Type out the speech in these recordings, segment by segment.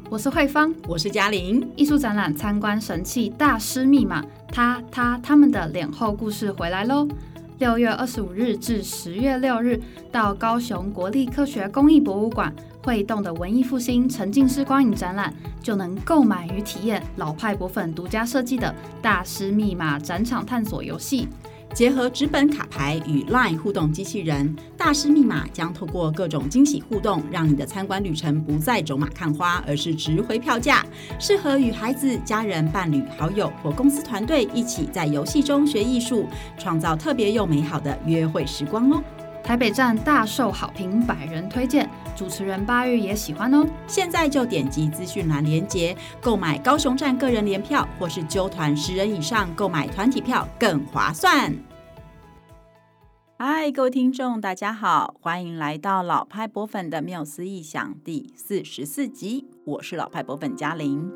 我是慧芳， 我是嘉玲。 艺术展览参观神器大师密码，他们的脸后故事回来喽！6月25日至10月6日，到高雄国立科学工艺博物馆会动的文艺复兴沉浸式光影展览，就能购买与体验老派博粉独家设计的大师密码展场探索游戏。 结合纸本卡牌与 LINE 互动机器人，大师密码将透过各种惊喜互动，让你的参观旅程不再走马看花，而是值回票价。适合与孩子、家人、伴侣、好友或公司团队一起在游戏中学艺术，创造特别又美好的约会时光哦。 台北站大受好评，100人推荐，主持人8月也喜欢哦。 现在就点击资讯栏连结，购买高雄站个人联票，或是揪团10人以上购买团体票更划算。嗨，各位听众，大家好，欢迎来到老派博粉的缪斯异想第44集，我是老派博粉嘉玲。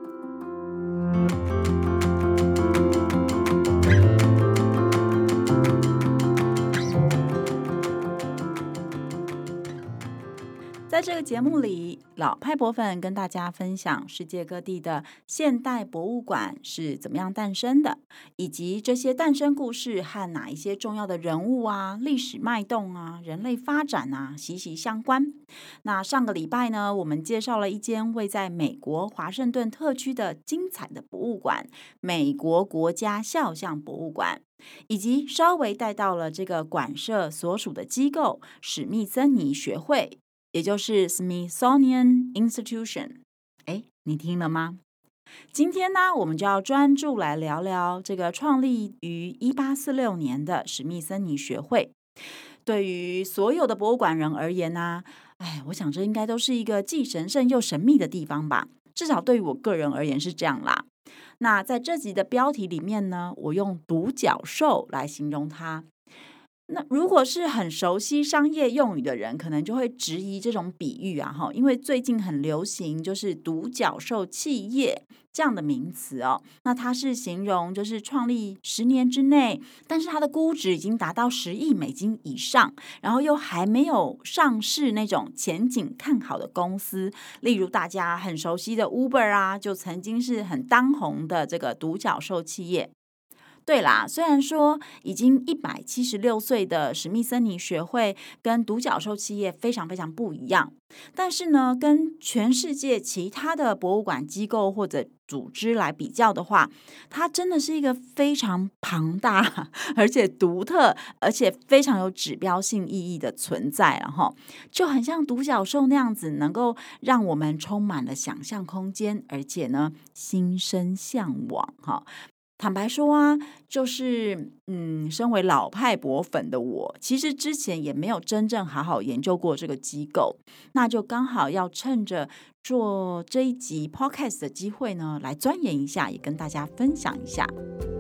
在这个节目里，老派博粉跟大家分享世界各地的现代博物馆是怎么样诞生的，以及这些诞生故事和哪一些重要的人物啊、历史脉动啊、人类发展啊息息相关。那上个礼拜呢，我们介绍了一间位在美国华盛顿特区的精彩的博物馆——美国国家肖像博物馆，以及稍微带到了这个馆舍所属的机构史密森尼学会，也就是 Smithsonian Institution。 你听了吗？今天呢，我们就要专注来聊聊这个创立于1846年的史密森尼学会。对于所有的博物馆人而言呢，我想这应该都是一个既神圣又神秘的地方吧，至少对于我个人而言是这样啦。那在这集的标题里面呢，我用独角兽来形容它。那如果是很熟悉商业用语的人，可能就会质疑这种比喻啊，因为最近很流行就是独角兽企业这样的名词哦。那它是形容就是创立10年之内，但是它的估值已经达到10亿美金以上，然后又还没有上市那种前景看好的公司，例如大家很熟悉的 Uber 啊，就曾经是很当红的这个独角兽企业。对啦，虽然说已经176岁的史密森尼学会跟独角兽企业非常非常不一样，但是呢，跟全世界其他的博物馆机构或者组织来比较的话，它真的是一个非常庞大而且独特而且非常有指标性意义的存在，然后就很像独角兽那样子，能够让我们充满了想象空间，而且呢心生向往哈。坦白说啊，就是身为老派博粉的我，其实之前也没有真正好好研究过这个机构，那就刚好要趁着做这一集 podcast 的机会呢，来钻研一下，也跟大家分享一下。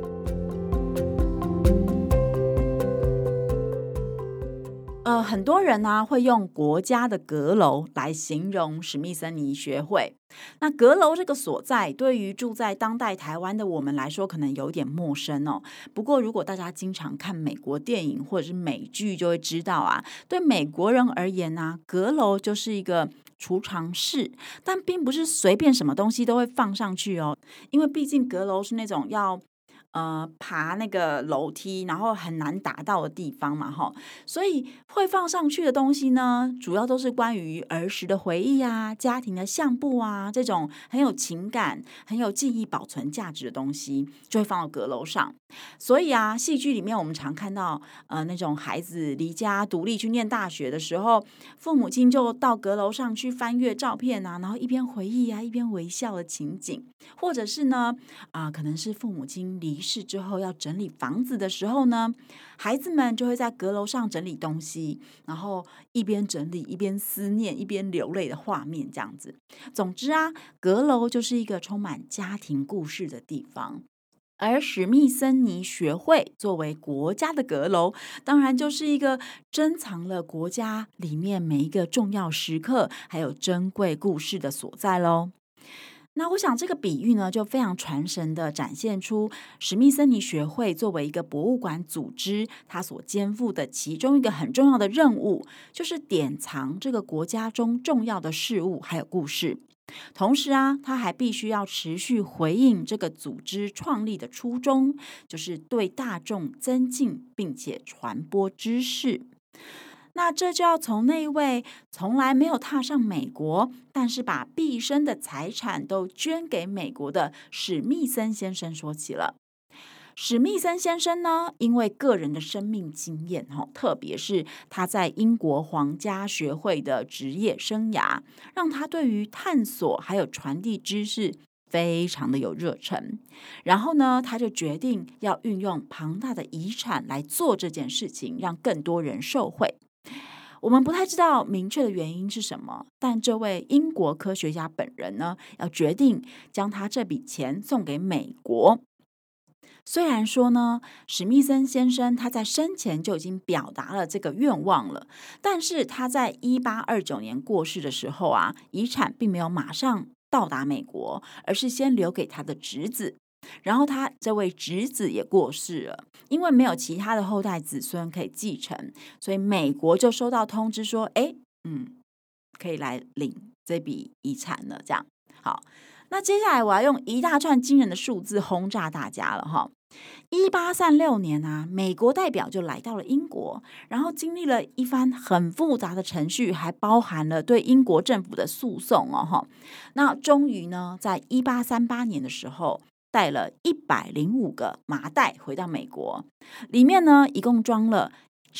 很多人呢会用国家的阁楼来形容史密森尼学会。那阁楼这个所在，对于住在当代台湾的我们来说，可能有点陌生哦。不过，如果大家经常看美国电影或者是美剧，就会知道啊，对美国人而言呢，阁楼就是一个储藏室，但并不是随便什么东西都会放上去哦，因为毕竟阁楼是那种要爬那个楼梯，然后很难达到的地方嘛，所以会放上去的东西呢，主要都是关于儿时的回忆啊、家庭的相簿啊，这种很有情感、很有记忆保存价值的东西，就会放到阁楼上。所以啊，戏剧里面我们常看到那种孩子离家独立去念大学的时候，父母亲就到阁楼上去翻阅照片啊，然后一边回忆啊，一边微笑的情景，或者是呢可能是父母亲离世之后要整理房子的时候呢，孩子们就会在阁楼上整理东西，然后一边整理一边思念一边流泪的画面这样子。总之啊，阁楼就是一个充满家庭故事的地方。而史密森尼学会作为国家的阁楼，当然就是一个珍藏了国家里面每一个重要时刻还有珍贵故事的所在咯。那我想这个比喻呢，就非常传神的展现出史密森尼学会作为一个博物馆组织，它所肩负的其中一个很重要的任务，就是典藏这个国家中重要的事物还有故事。 同时啊，他还必须要持续回应这个组织创立的初衷，就是对大众增进并且传播知识。那这就要从那位从来没有踏上美国，但是把毕生的财产都捐给美国的史密森先生说起了。史密森先生呢，因为个人的生命经验，特别是他在英国皇家学会的职业生涯，让他对于探索还有传递知识非常的有热忱。然后呢，他就决定要运用庞大的遗产来做这件事情，让更多人受惠。我们不太知道明确的原因是什么，但这位英国科学家本人呢，要决定将他这笔钱送给美国。虽然说呢，史密森先生他在生前就已经表达了这个愿望了，但是他在1829年过世的时候啊，遗产并没有马上到达美国，而是先留给他的侄子。然后他这位侄子也过世了，因为没有其他的后代子孙可以继承，所以美国就收到通知说，可以来领这笔遗产了。这样好，那接下来我要用一大串惊人的数字轰炸大家了哈。1836年啊，美国代表就来到了英国，然后经历了一番很复杂的程序，还包含了对英国政府的诉讼哦。那终于呢，在1838年的时候，带了105个麻袋回到美国，里面呢一共装了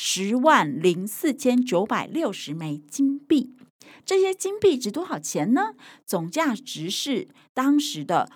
104960枚金币。这些金币值多少钱呢？总价值是当时的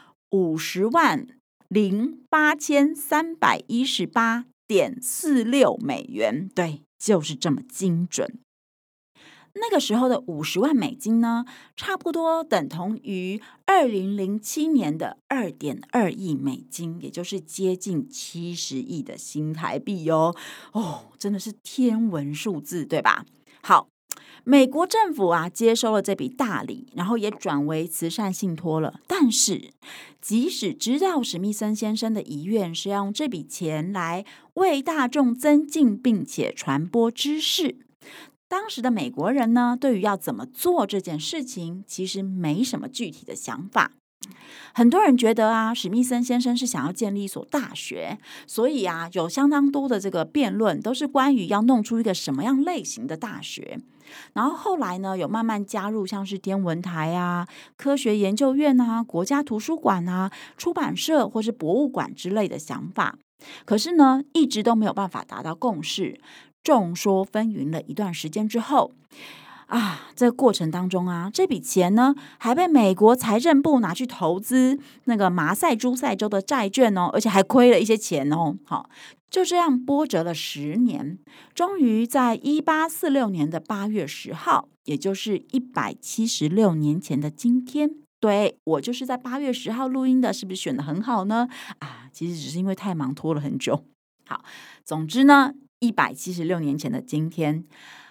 508318.46美元，对，就是这么精准。那个时候的50万美金呢，差不多等同于2007年的2.2亿美金，也就是接近70亿的新台币哦。真的是天文数字，对吧？好，美国政府啊接收了这笔大礼，然后也转为慈善信托了。但是，即使知道史密森先生的遗愿是要用这笔钱来为大众增进并且传播知识，当时的美国人呢，对于要怎么做这件事情，其实没什么具体的想法。很多人觉得啊，史密森先生是想要建立一所大学，所以啊，有相当多的这个辩论都是关于要弄出一个什么样类型的大学。然后后来呢，有慢慢加入像是天文台啊、科学研究院啊、国家图书馆啊、出版社或是博物馆之类的想法。可是呢，一直都没有办法达到共识，众说纷纭了一段时间之后这个过程当中啊，这笔钱呢还被美国财政部拿去投资那个马赛诸塞州的债券哦，而且还亏了一些钱哦。好，就这样波折了10年，终于在1846年的8月10号，也就是176年前的今天，对，我就是在8月10号录音的，是不是选得很好呢？其实只是因为太忙拖了很久。好，总之呢，176年前的今天，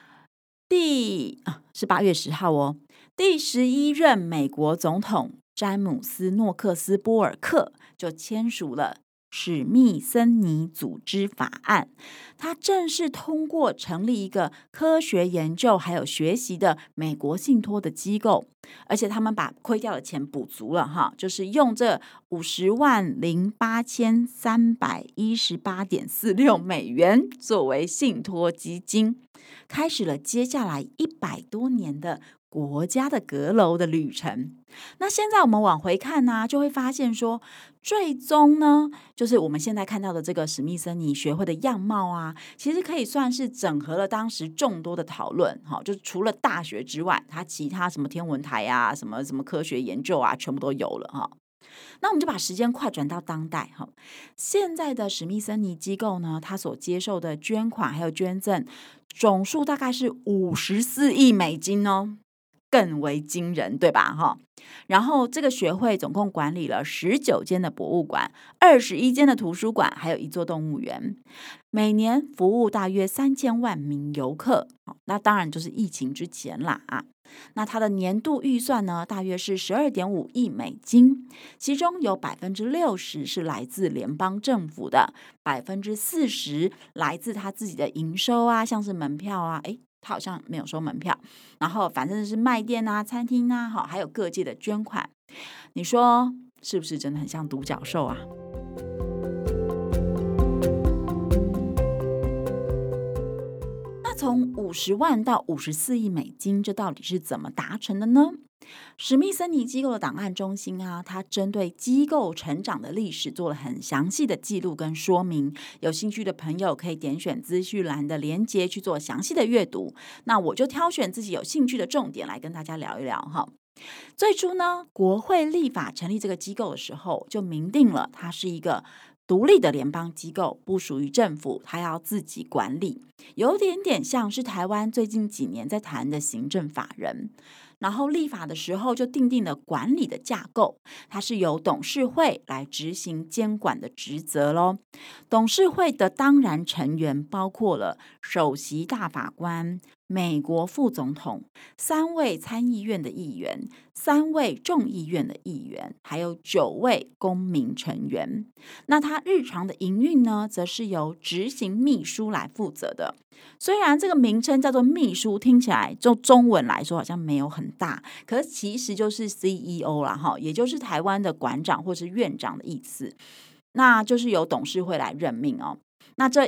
是8月10号哦，第11任美国总统詹姆斯·诺克斯·波尔克就签署了史密森尼组织法案，他正式通过成立一个科学研究还有学习的美国信托的机构，而且他们把亏掉的钱补足了哈，就是用这508318.46美元作为信托基金，开始了接下来100多年的国家的阁楼的旅程。那现在我们往回看呢，就会发现说，最终呢，就是我们现在看到的这个史密森尼学会的样貌啊，其实可以算是整合了当时众多的讨论，就是除了大学之外，它其他什么天文台啊，什么科学研究啊，全部都有了哈。那我们就把时间快转到当代哈，现在的史密森尼机构呢，它所接受的捐款还有捐赠总数大概是54亿美金哦，更为惊人，对吧？哈，然后这个学会总共管理了19间的博物馆、21间的图书馆，还有1座动物园，每年服务大约3000万名游客。那当然就是疫情之前啦啊。那它的年度预算呢，大约是12.5亿美金，其中有60%是来自联邦政府的，40%来自他自己的营收啊，像是门票啊， 他好像没有收门票，然后反正是卖店啊、餐厅啊，还有各界的捐款，你说是不是真的很像独角兽啊？那从50万到54亿美金，这到底是怎么达成的呢？史密森尼机构的档案中心啊，它针对机构成长的历史做了很详细的记录跟说明，有兴趣的朋友可以点选资讯栏的连结去做详细的阅读。那我就挑选自己有兴趣的重点来跟大家聊一聊哈。最初呢，国会立法成立这个机构的时候，就明定了它是一个独立的联邦机构，不属于政府，它要自己管理，有点点像是台湾最近几年在谈的行政法人。然后立法的时候就订定了管理的架构，它是由董事会来执行监管的职责咯。董事会的当然成员包括了首席大法官、美国副总统、3位参议院的议员、3位众议院的议员，还有9位公民成员。那他日常的营运呢，则是由执行秘书来负责的。虽然这个名称叫做秘书，听起来就中文来说好像没有很大，可是其实就是 CEO 啦，也就是台湾的馆长或是院长的意思。那就是由董事会来任命哦。那这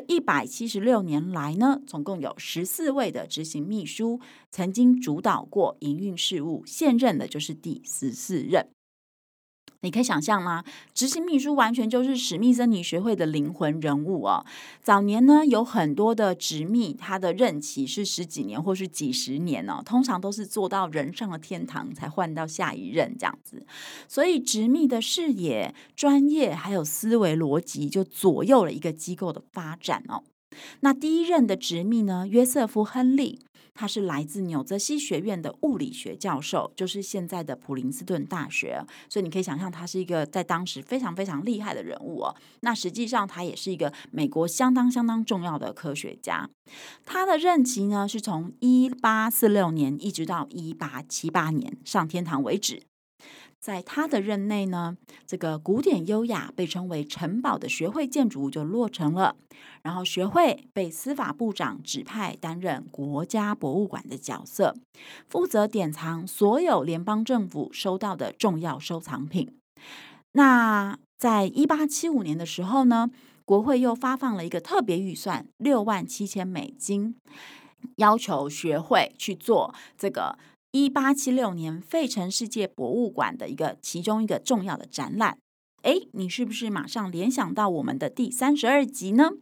176年来呢，总共有14位的执行秘书曾经主导过营运事务，现任的就是第14任。你可以想象吗？执行秘书完全就是史密森尼学会的灵魂人物哦。早年呢，有很多的执秘，他的任期是10几年或是几十年哦，通常都是做到人上了天堂才换到下一任这样子。所以执秘的视野、专业还有思维逻辑，就左右了一个机构的发展哦。那第一任的执秘呢，约瑟夫·亨利，他是来自纽泽西学院的物理学教授，就是现在的普林斯顿大学，所以你可以想象他是一个在当时非常非常厉害的人物哦。那实际上他也是一个美国相当相当重要的科学家。他的任期呢是从1846年一直到1878年上天堂为止。在他的任内呢，这个古典优雅被称为城堡的学会建筑物就落成了，然后学会被司法部长指派担任国家博物馆的角色，负责典藏所有联邦政府收到的重要收藏品。那在1875年的时候呢，国会又发放了一个特别预算$67,000，要求学会去做这个1876年费城世界博物馆的其中一个重要的展览。你是不是马上联想到我们的第32集呢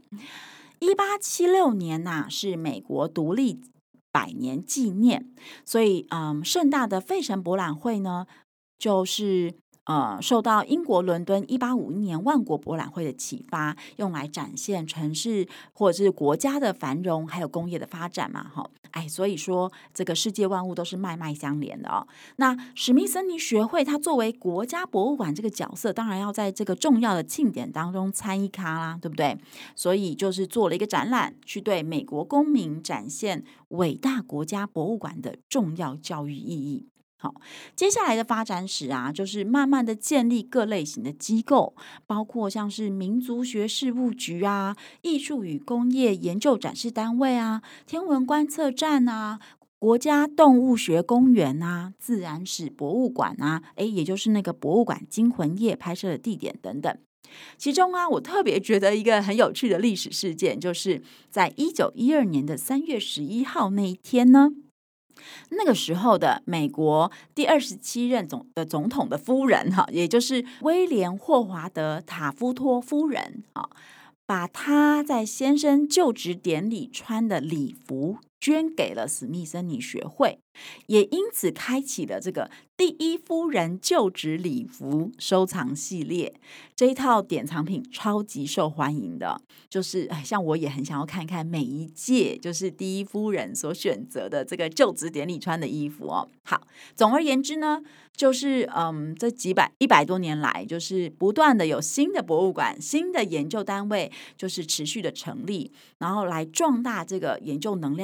？1876年是美国独立100年纪念，所以盛大的费城博览会呢，就是受到英国伦敦1851年万国博览会的启发，用来展现城市或者是国家的繁荣还有工业的发展嘛，所以说这个世界万物都是脉脉相连的哦。那史密森尼学会它作为国家博物馆这个角色，当然要在这个重要的庆典当中参一咖啦，对不对？所以就是做了一个展览，去对美国公民展现伟大国家博物馆的重要教育意义。好，接下来的发展史就是慢慢的建立各类型的机构，包括像是民族学事务局艺术与工业研究展示单位天文观测站国家动物学公园自然史博物馆也就是那个博物馆惊魂夜拍摄的地点等等。其中我特别觉得一个很有趣的历史事件，就是在1912年的3月11号那一天呢，那个时候的美国第27任总统的夫人也就是威廉霍华德塔夫托夫人把他在先生就职典礼穿的礼服捐给了史密森尼学会，也因此开启了这个第一夫人就职礼服收藏系列。这一套典藏品超级受欢迎的，就是像我也很想要看看每一届就是第一夫人所选择的这个就职典礼穿的衣服哦。好，总而言之呢，就是这100多年来，就是不断的有新的博物馆、新的研究单位，就是持续的成立，然后来壮大这个研究能量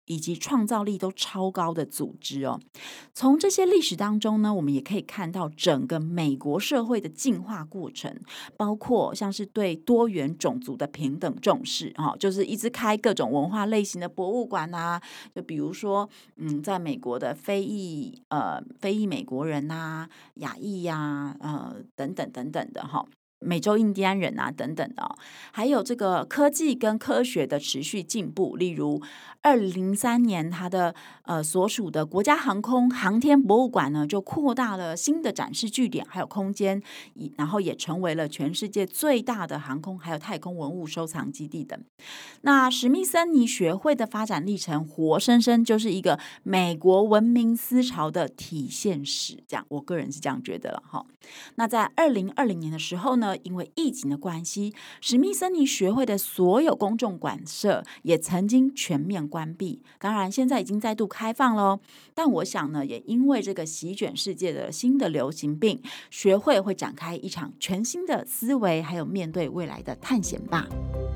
以及创造力都超高的组织哦。从这些历史当中呢，我们也可以看到整个美国社会的进化过程，包括像是对多元种族的平等重视，就是一直开各种文化类型的博物馆啊，就比如说在美国的非裔美国人啊、亚裔呀、等等等等的美洲印第安人啊等等的还有这个科技跟科学的持续进步，例如2003年它的所属的国家航空航天博物馆呢就扩大了新的展示据点还有空间，然后也成为了全世界最大的航空还有太空文物收藏基地等。那史密森尼学会的发展历程活生生就是一个美国文明思潮的体现史，这样我个人是这样觉得了那在2020年的时候呢，因为疫情的关系，史密森尼学会的所有公众馆舍也曾经全面关闭，当然现在已经再度开放了但我想呢，也因为这个席卷世界的新的流行病，学会会展开一场全新的思维还有面对未来的探险吧。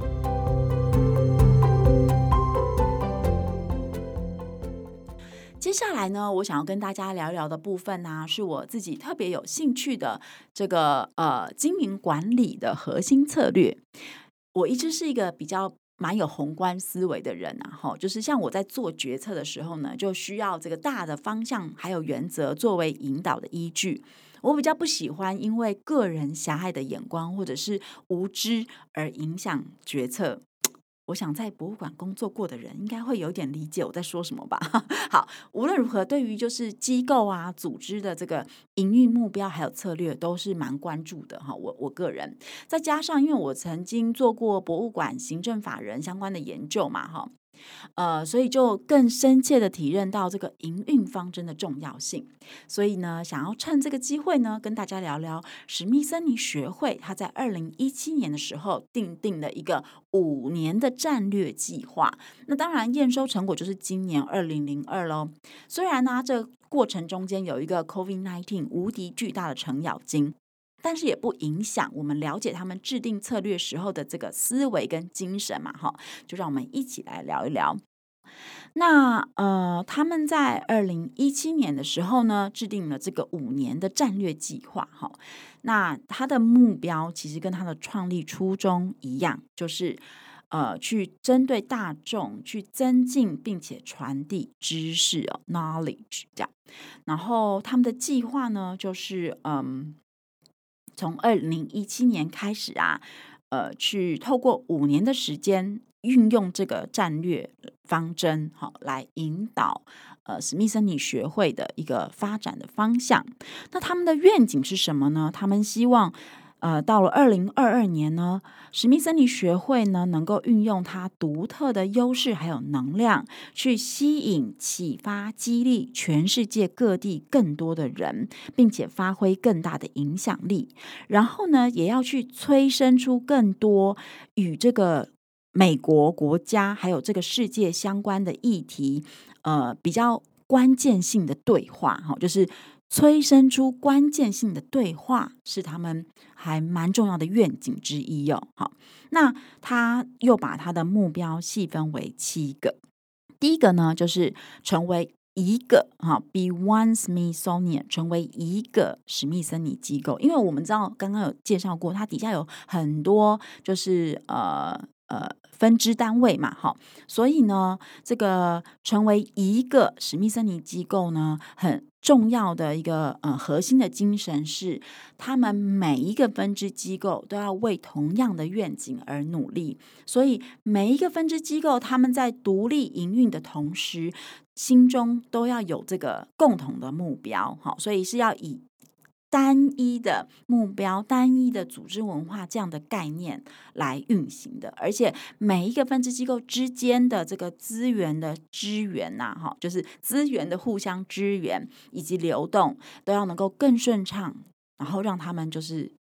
接下来呢，我想要跟大家聊聊的部分呢，是我自己特别有兴趣的这个经营管理的核心策略。我一直是一个比较蛮有宏观思维的人就是像我在做决策的时候呢，就需要这个大的方向还有原则作为引导的依据。我比较不喜欢因为个人狭隘的眼光或者是无知而影响决策。我想在博物馆工作过的人应该会有点理解我在说什么吧。好，无论如何，对于就是机构啊、组织的这个营运目标还有策略都是蛮关注的我个人，再加上因为我曾经做过博物馆行政法人相关的研究嘛所以就更深切的体认到这个营运方针的重要性。所以呢，想要趁这个机会呢，跟大家聊聊史密森尼学会他在2017年的时候订定了一个5年的战略计划。那当然验收成果就是今年2002咯。虽然呢，这过程中间有一个 COVID-19 无敌巨大的程咬金，但是也不影响我们了解他们制定策略时候的这个思维跟精神嘛就让我们一起来聊一聊。那他们在2017年的时候呢，制定了这个5年的战略计划那他的目标其实跟他的创立初衷一样，就是去针对大众去增进并且传递知识knowledge 这样。然后他们的计划呢，就是从2017年开始去透过5年的时间，运用这个战略方针来引导史密森尼学会的一个发展的方向。那他们的愿景是什么呢？他们希望到了2022年呢，史密森尼学会呢能够运用它独特的优势还有能量，去吸引、启发、激励全世界各地更多的人，并且发挥更大的影响力。然后呢，也要去催生出更多与这个美国国家还有这个世界相关的议题，比较关键性的对话就是催生出关键性的对话，是他们还蛮重要的愿景之一好，那他又把他的目标细分为7个。第一个呢，就是成为一个be one Smithsonian， 成为一个史密森尼机构。因为我们知道刚刚有介绍过，它底下有很多就是分支单位嘛所以呢，这个成为一个史密森尼机构呢，很重要的一个核心的精神是，他们每一个分支机构都要为同样的愿景而努力。所以每一个分支机构，他们在独立营运的同时，心中都要有这个共同的目标所以是要以单一的目标、单一的组织文化这样的概念来运行的。而且每一个分支机构之间的这个资源的支援就是资源的互相支援以及流动都要能够更顺畅，然后让他们就是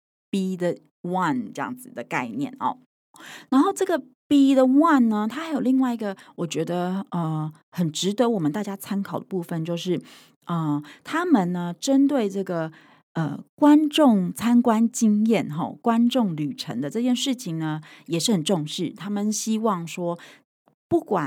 be the one 这样子的概念然后这个 be the one 呢，它还有另外一个我觉得很值得我们大家参考的部分，就是他们呢针对这个观众参观经验观众旅程的这件事情呢，也是很重视。他们希望说，不管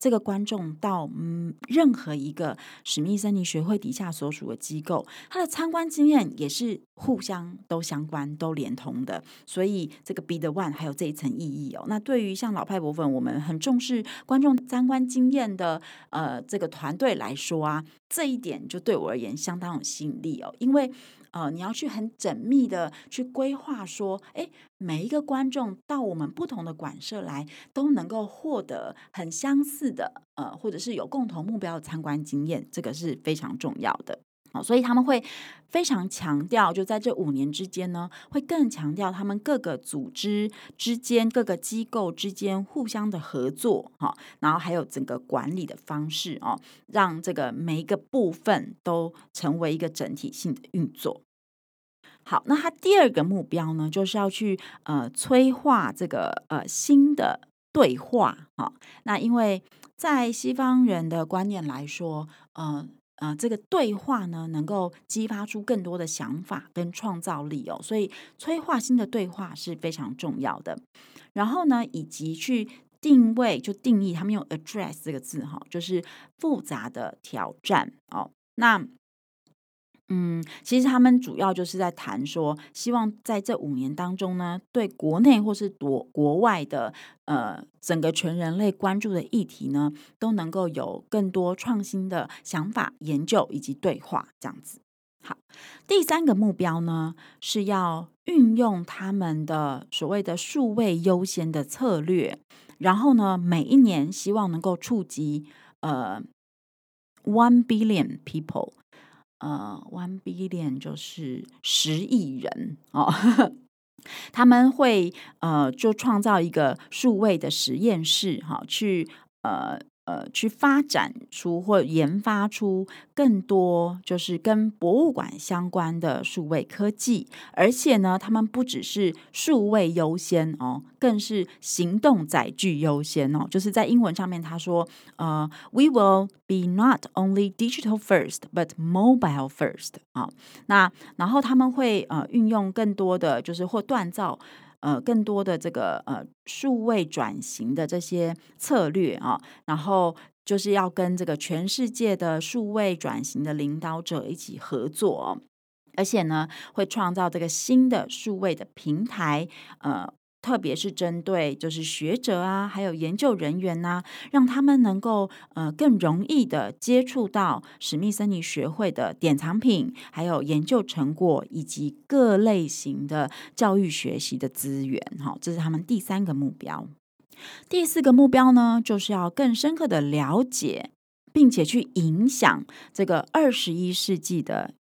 这个观众到任何一个史密森尼学会底下所属的机构，他的参观经验也是互相都相关都连通的，所以这个 Be the One 还有这一层意义哦。那对于像老派博粉我们很重视观众参观经验的这个团队来说啊，这一点就对我而言相当有吸引力哦，因为你要去很缜密的去规划说，每一个观众到我们不同的馆舍来，都能够获得很相似的或者是有共同目标的参观经验，这个是非常重要的。所以他们会非常强调，就在这5年之间呢，会更强调他们各个组织之间、各个机构之间互相的合作，然后还有整个管理的方式让这个每一个部分都成为一个整体性的运作。好，那他第二个目标呢，就是要去催化这个新的对话。那因为在西方人的观念来说，这个对话呢，能够激发出更多的想法跟创造力哦，所以催化新的对话是非常重要的。然后呢，以及去定位，就定义，他们用 address 这个字就是复杂的挑战哦。那其实他们主要就是在谈说，希望在这5年当中呢，对国内或是国外的整个全人类关注的议题呢，都能够有更多创新的想法、研究以及对话这样子。好，第3个目标呢，是要运用他们的所谓的数位优先的策略，然后呢，每一年希望能够触及1 billion people。1 billion 就是10亿人哦，他们会就创造一个数位的实验室去发展出或研发出更多就是跟博物馆相关的数位科技，而且呢，他们不只是数位优先更是行动载具优先就是在英文上面他说we will be not only digital first but mobile first 那然后他们会运用更多的就是或锻造更多的这个数位转型的这些策略然后就是要跟这个全世界的数位转型的领导者一起合作而且呢会创造这个新的数位的平台特别是针对就是学者啊，还有研究人员啊，让他们能够更容易的接触到史密森尼学会的典藏品，还有研究成果以及各类型的教育学习的资源。这是他们第3个目标。第4个目标呢，就是要更深刻的了解，并且去影响这个21世纪的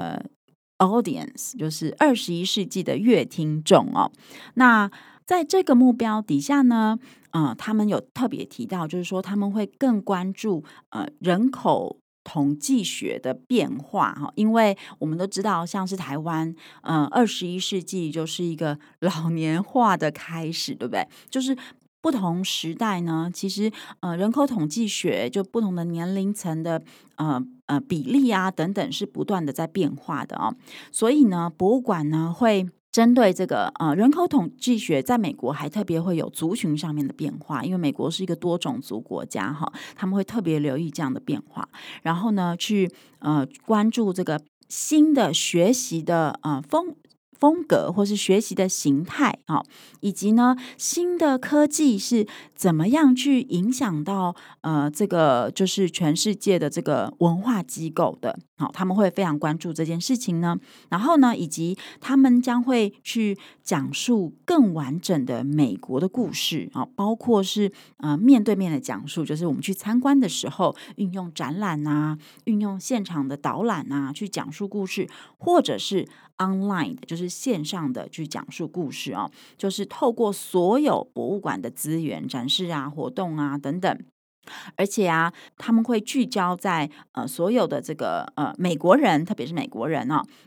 audience， 就是21世纪的乐听众那在这个目标底下呢，他们有特别提到，就是说他们会更关注人口统计学的变化因为我们都知道，像是台湾21世纪就是一个老年化的开始，对不对？就是不同时代呢，其实人口统计学就不同的年龄层的比例啊等等是不断的在变化的所以呢，博物馆呢会针对这个人口统计学，在美国还特别会有族群上面的变化，因为美国是一个多种族国家他们会特别留意这样的变化，然后呢去关注这个新的学习的风格或是学习的形态以及呢新的科技是怎么样去影响到这个就是全世界的这个文化机构的他们会非常关注这件事情呢，然后呢以及他们将会去讲述更完整的美国的故事包括是面对面的讲述，就是我们去参观的时候运用展览啊，运用现场的导览啊去讲述故事，或者是 online 的，就是线上的去讲述故事就是透过所有博物馆的资源展示啊活动啊等等，而且他们会聚焦在所有的这个美国人，特别是美国人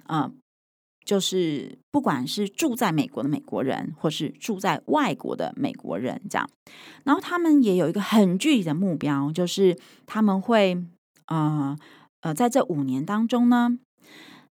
就是不管是住在美国的美国人，或是住在外国的美国人这样。然后他们也有一个很具体的目标，就是他们会在这5年当中呢，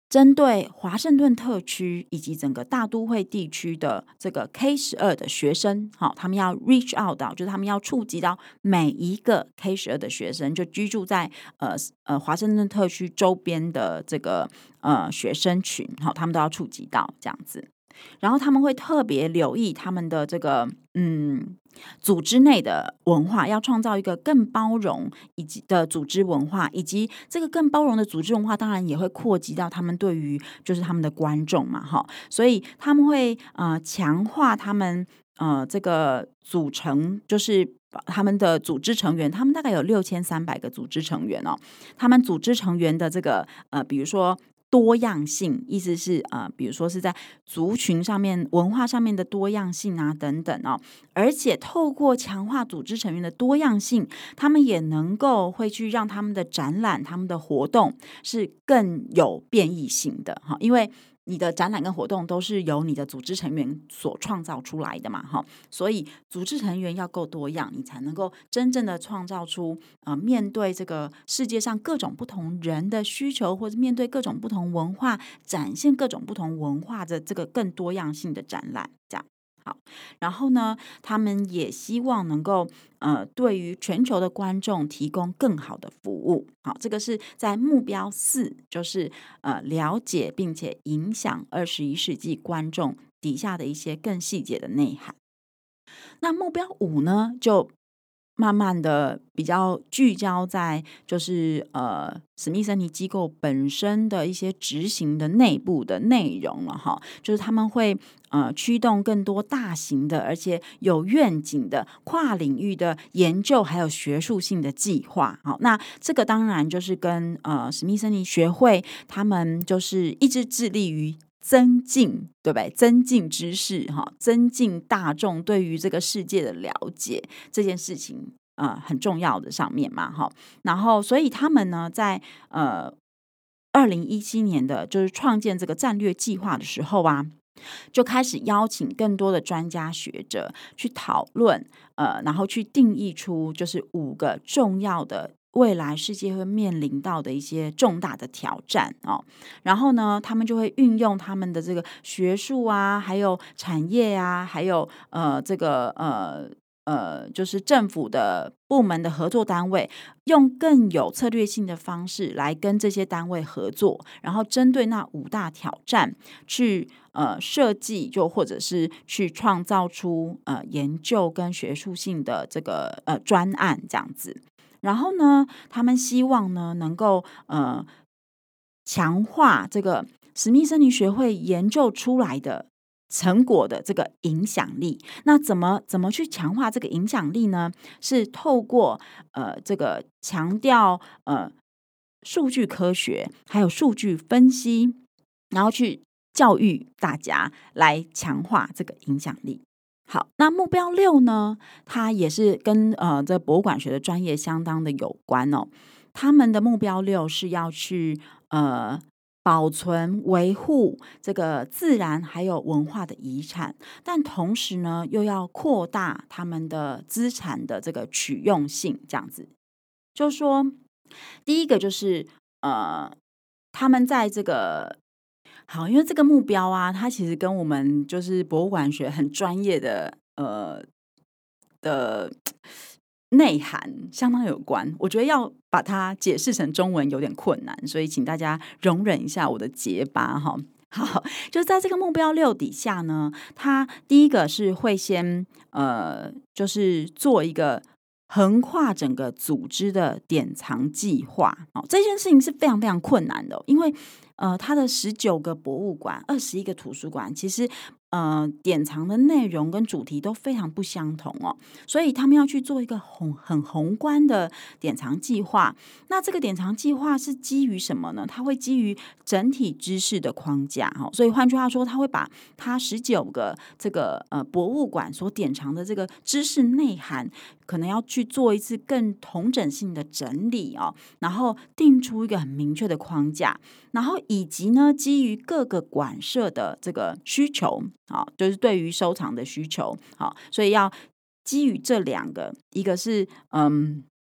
针对华盛顿特区以及整个大都会地区的这个 K12的学生，他们要 reach out 到，就是他们要触及到每一个 K12的学生，就居住在华盛顿特区周边的这个学生群，他们都要触及到这样子。然后他们会特别留意他们的这个组织内的文化，要创造一个更包容以及的组织文化，以及这个更包容的组织文化当然也会扩及到他们对于就是他们的观众嘛，所以他们会强化他们这个组成，就是他们的组织成员，他们大概有6300个组织成员哦。他们组织成员的这个比如说多样性，意思是比如说是在族群上面、文化上面的多样性啊等等哦。而且透过强化组织成员的多样性，他们也能够会去让他们的展览、他们的活动是更有变异性的哈，因为你的展览跟活动都是由你的组织成员所创造出来的嘛，所以组织成员要够多样，你才能够真正的创造出面对这个世界上各种不同人的需求，或者面对各种不同文化，展现各种不同文化的这个更多样性的展览，这样。好，然后呢，他们也希望能够对于全球的观众提供更好的服务。好，这个是在目标4，就是了解并且影响21世纪观众底下的一些更细节的内涵。那目标5呢，就慢慢的比较聚焦在就是史密森妮机构本身的一些执行的内部的内容了哈，就是他们会驱动更多大型的而且有愿景的跨领域的研究还有学术性的计划。好，那这个当然就是跟史密森妮学会他们就是一直致力于增进，对不对？增进知识，增进大众对于这个世界的了解这件事情很重要的上面嘛，然后所以他们呢在2017年的就是创建这个战略计划的时候啊，就开始邀请更多的专家学者去讨论然后去定义出就是5个重要的未来世界会面临到的一些重大的挑战哦。然后呢，他们就会运用他们的这个学术啊，还有产业啊，还有这个就是政府的部门的合作单位，用更有策略性的方式来跟这些单位合作，然后针对那5大挑战去设计，就或者是去创造出研究跟学术性的这个专案这样子。然后呢，他们希望呢能够强化这个史密森妮学会研究出来的成果的这个影响力。那怎么去强化这个影响力呢？是透过这个强调数据科学还有数据分析，然后去教育大家来强化这个影响力。好，那目标6呢，它也是跟这博物馆学的专业相当的有关哦。他们的目标6是要去保存维护这个自然还有文化的遗产，但同时呢又要扩大他们的资产的这个取用性，这样子。就是说第一个就是他们在这个好，因为这个目标啊，它其实跟我们就是博物馆学很专业的内涵相当有关，我觉得要把它解释成中文有点困难，所以请大家容忍一下我的结巴哈。好，就在这个目标6底下呢，它第一个是会先就是做一个横跨整个组织的典藏计划。这件事情是非常非常困难的，因为它的19个博物馆、21个图书馆，其实典藏的内容跟主题都非常不相同哦，所以他们要去做一个很宏观的典藏计划。那这个典藏计划是基于什么呢？它会基于整体知识的框架，所以换句话说，它会把它19个这个博物馆所典藏的这个知识内涵，可能要去做一次更统整性的整理哦，然后定出一个很明确的框架，然后以及呢，基于各个馆舍的这个需求，就是对于收藏的需求，所以要基于这2个，一个是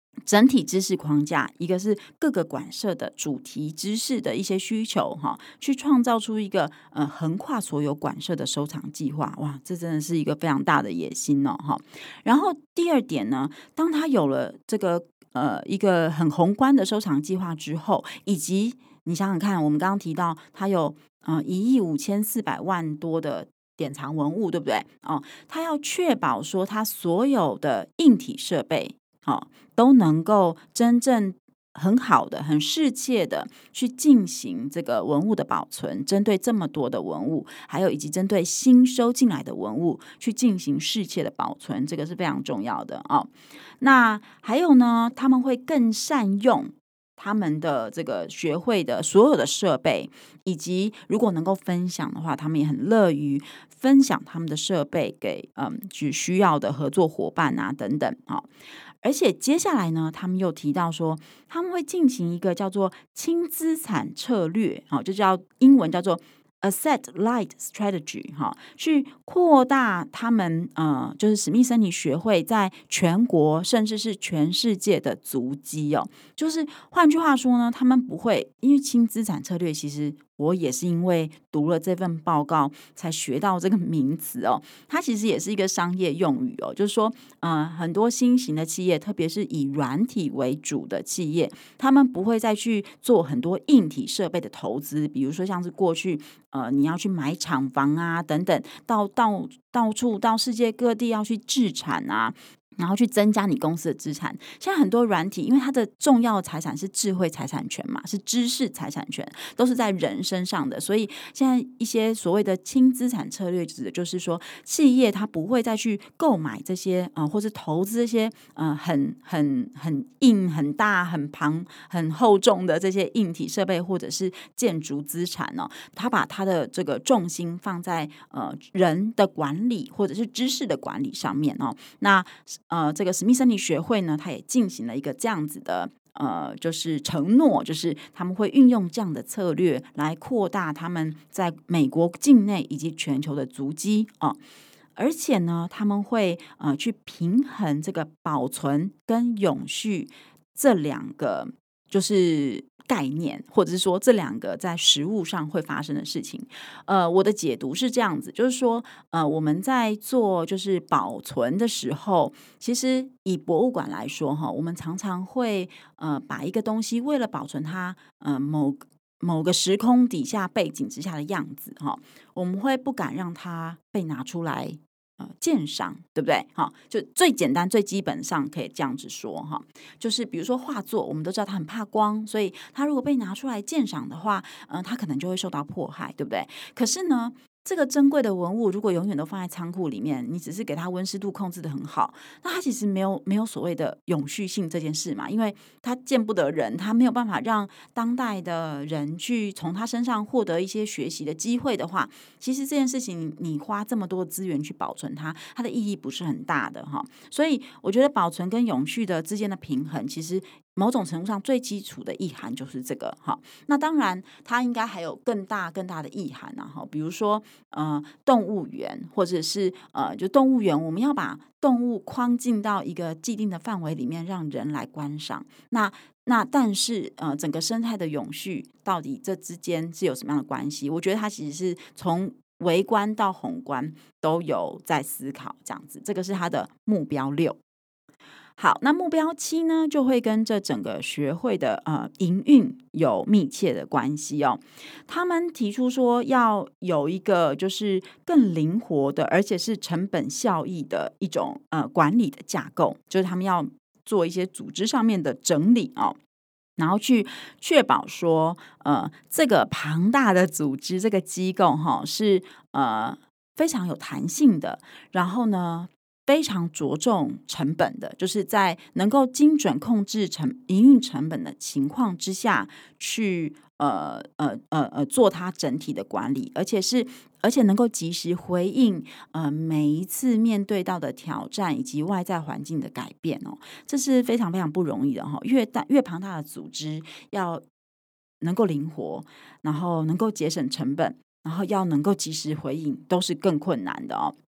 整体知识框架，一个是各个馆舍的主题知识的一些需求去创造出一个横跨所有馆舍的收藏计划。哇，这真的是一个非常大的野心然后第二点呢，当他有了这个一个很宏观的收藏计划之后，以及你想想看，我们刚刚提到他有1.54亿多的典藏文物，对不对？他要确保说他所有的硬体设备都能够真正很好的、很适切的去进行这个文物的保存，针对这么多的文物，还有以及针对新收进来的文物去进行适切的保存，这个是非常重要的那还有呢，他们会更善用他们的这个学会的所有的设备，以及如果能够分享的话，他们也很乐于分享他们的设备给需要的合作伙伴啊等等而且接下来呢，他们又提到说，他们会进行一个叫做轻资产策略就叫英文叫做 Asset Light Strategy 去扩大他们就是史密森尼学会在全国甚至是全世界的足迹就是换句话说呢，他们不会因为轻资产策略，其实我也是因为读了这份报告才学到这个名词它其实也是一个商业用语就是说很多新型的企业，特别是以软体为主的企业，他们不会再去做很多硬体设备的投资，比如说像是过去你要去买厂房啊等等，到处到世界各地要去置产啊，然后去增加你公司的资产。现在很多软体，因为它的重要财产是智慧财产权嘛，是知识财产权，都是在人身上的，所以现在一些所谓的轻资产策略，指的就是说，企业它不会再去购买这些或是投资这些很硬、很大、很厚重的这些硬体设备或者是建筑资产它把它的这个重心放在人的管理或者是知识的管理上面那这个史密森尼学会呢，它也进行了一个这样子的就是承诺，就是他们会运用这样的策略来扩大他们在美国境内以及全球的足迹而且呢，他们会去平衡这个保存跟永续这两个就是概念，或者是说这两个在实务上会发生的事情。我的解读是这样子，就是说我们在做就是保存的时候，其实以博物馆来说我们常常会把一个东西为了保存它某个时空底下背景之下的样子我们会不敢让它被拿出来鉴赏，对不对就最简单最基本上可以这样子说就是比如说画作，我们都知道它很怕光，所以它如果被拿出来鉴赏的话它可能就会受到迫害，对不对？可是呢，这个珍贵的文物如果永远都放在仓库里面，你只是给它温湿度控制得很好，那它其实没有所谓的永续性这件事嘛，因为它见不得人，它没有办法让当代的人去从它身上获得一些学习的机会的话，其实这件事情你花这么多资源去保存它，它的意义不是很大的所以我觉得保存跟永续的之间的平衡，其实某种程度上最基础的意涵就是这个那当然它应该还有更大的意涵比如说动物园，或者是就动物园，我们要把动物框进到一个既定的范围里面，让人来观赏。那但是整个生态的永续到底这之间是有什么样的关系？我觉得它其实是从微观到宏观都有在思考这样子，这个是它的目标6。好，那目标7呢，就会跟这整个学会的营运有密切的关系他们提出说要有一个就是更灵活的，而且是成本效益的一种管理的架构，就是他们要做一些组织上面的整理然后去确保说这个庞大的组织这个机构是非常有弹性的，然后呢非常着重成本的，就是在能够精准控制营运成本的情况之下去做它整体的管理，而且能够及时回应每一次面对到的挑战以及外在环境的改变这是非常非常不容易的越庞大的组织要能够灵活，然后能够节省成本，然后要能够及时回应，都是更困难的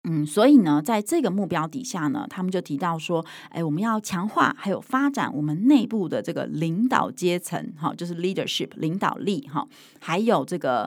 所以呢，在这个目标底下呢，他们就提到说，我们要强化还有发展我们内部的这个领导阶层，就是 leadership 领导力，还有这个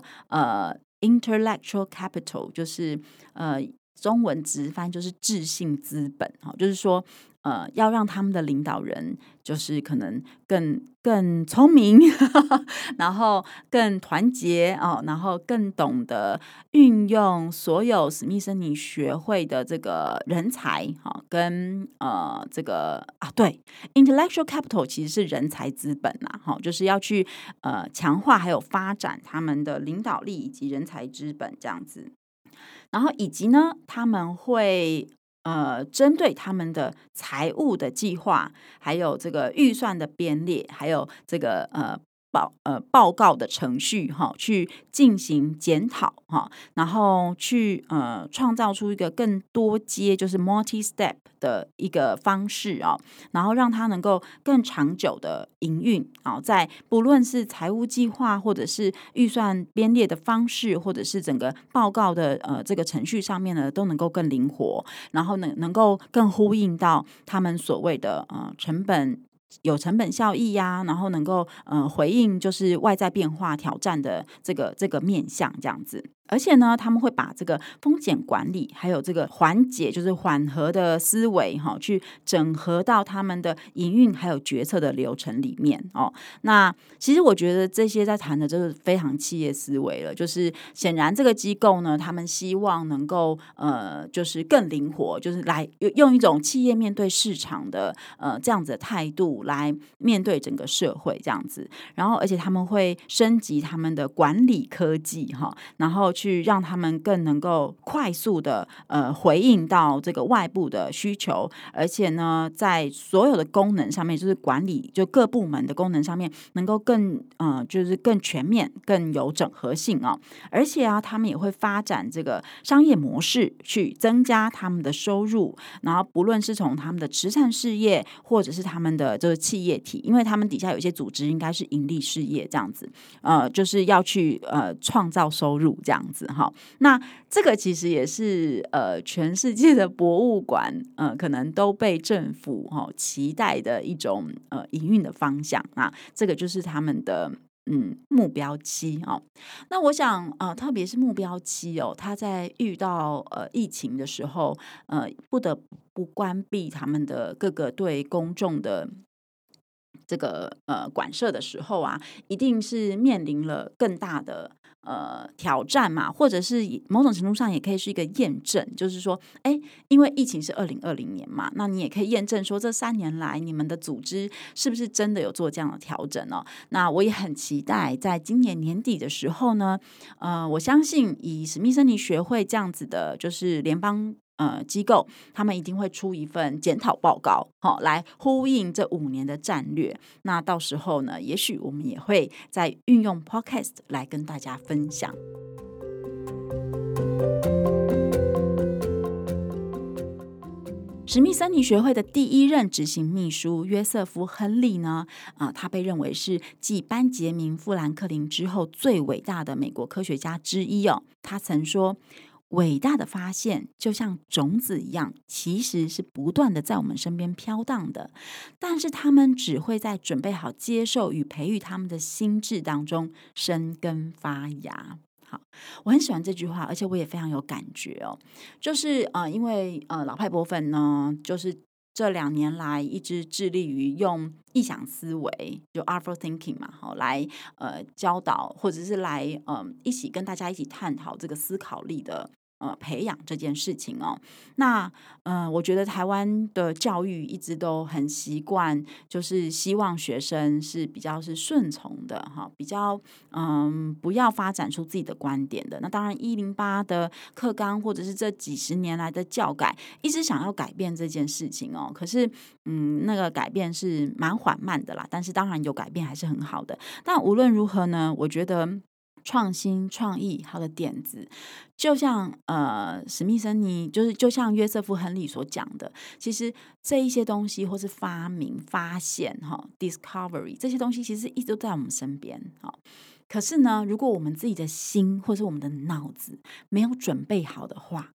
intellectual capital， 就是中文直翻就是智性资本，就是说要让他们的领导人就是可能更聪明然后更团结然后更懂得运用所有史密森尼学会的这个人才跟这个对 intellectual capital 其实是人才资本啦，就是要去强化还有发展他们的领导力以及人才资本这样子。然后以及呢，他们会针对他们的财务的计划，还有这个预算的编列，还有这个报告的程序去进行检讨然后去创造出一个更多阶，就是 multi step 的一个方式然后让它能够更长久的营运在不论是财务计划或者是预算编列的方式，或者是整个报告的这个程序上面呢，都能够更灵活，然后能够更呼应到他们所谓的有成本效益呀，然后能够回应就是外在变化挑战的这个面向这样子。而且呢，他们会把这个风险管理还有这个缓解就是缓和的思维去整合到他们的营运还有决策的流程里面那其实我觉得这些在谈的就是非常企业思维了，就是显然这个机构呢，他们希望能够就是更灵活，就是来用一种企业面对市场的这样子的态度来面对整个社会这样子。然后而且他们会升级他们的管理科技然后去让他们更能够快速的回应到这个外部的需求，而且呢在所有的功能上面，就是管理就各部门的功能上面能够就是更全面更有整合性而且他们也会发展这个商业模式去增加他们的收入，然后不论是从他们的慈善事业或者是他们的这个企业体，因为他们底下有一些组织应该是盈利事业这样子就是要去创造收入这样子那这个其实也是全世界的博物馆可能都被政府期待的一种营运的方向这个就是他们的目标期那我想特别是目标期他在遇到疫情的时候不得不关闭他们的各个对公众的这个馆舍的时候一定是面临了更大的挑战嘛，或者是某种程度上也可以是一个验证，就是说因为疫情是2020年嘛，那你也可以验证说这3年来你们的组织是不是真的有做这样的调整那我也很期待在今年年底的时候呢我相信以史密森尼学会这样子的就是联邦机构，他们一定会出一份检讨报告来呼应这5年的战略。那到时候呢，也许我们也会再运用 Podcast 来跟大家分享。史密森尼学会的第1任执行秘书约瑟夫·亨利呢他被认为是继班杰明·富兰克林之后最伟大的美国科学家之一他曾说，伟大的发现就像种子一样，其实是不断的在我们身边飘荡的，但是他们只会在准备好接受与培育他们的心智当中生根发芽。好，我很喜欢这句话，而且我也非常有感觉就是因为老派博粉呢，就是这2年来一直致力于用意想思维，就 Artful Thinking 嘛，来教导或者是来一起跟大家一起探讨这个思考力的培养这件事情那我觉得台湾的教育一直都很习惯，就是希望学生是比较是顺从的比较不要发展出自己的观点的。那当然108的课纲或者是这几十年来的教改一直想要改变这件事情可是那个改变是蛮缓慢的啦，但是当然有改变还是很好的。但无论如何呢，我觉得创新创意好的点子就像史密森尼就像约瑟夫·亨利所讲的，其实这一些东西或是发明发现discovery 这些东西其实一直都在我们身边可是呢，如果我们自己的心或是我们的脑子没有准备好的话，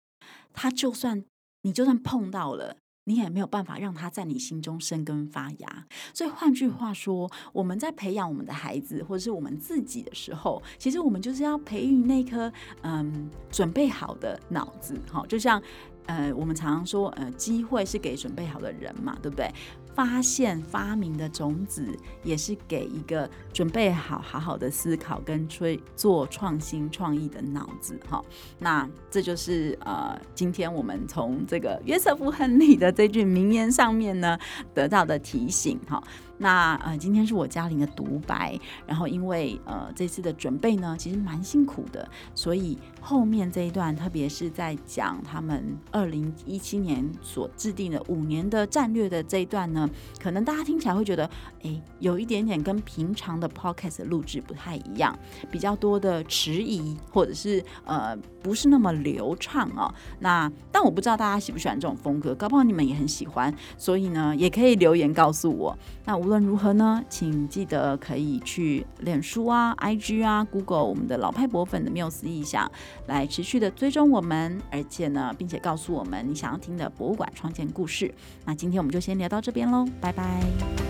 你就算碰到了，你也没有办法让他在你心中生根发芽。所以换句话说，我们在培养我们的孩子或者是我们自己的时候，其实我们就是要培育那颗准备好的脑子。就像我们常常说机会是给准备好的人嘛，对不对？发现发明的种子也是给一个准备好好的思考跟做创新创意的脑子。那这就是今天我们从这个约瑟夫·亨利的这句名言上面呢得到的提醒。那今天是我嘉玲的独白，然后因为这次的准备呢其实蛮辛苦的，所以后面这一段特别是在讲他们2017年所制定的5年的战略的这一段呢，可能大家听起来会觉得有一点点跟平常的 podcast 录制不太一样，比较多的迟疑或者是不是那么流畅但我不知道大家喜不喜欢这种风格，搞不好你们也很喜欢，所以呢也可以留言告诉我。那无论如何呢，请记得可以去脸书IG Google 我们的老派博粉的缪斯意象，来持续的追踪我们，而且呢并且告诉我们你想要听的博物馆创建故事。那今天我们就先聊到这边咯，拜拜。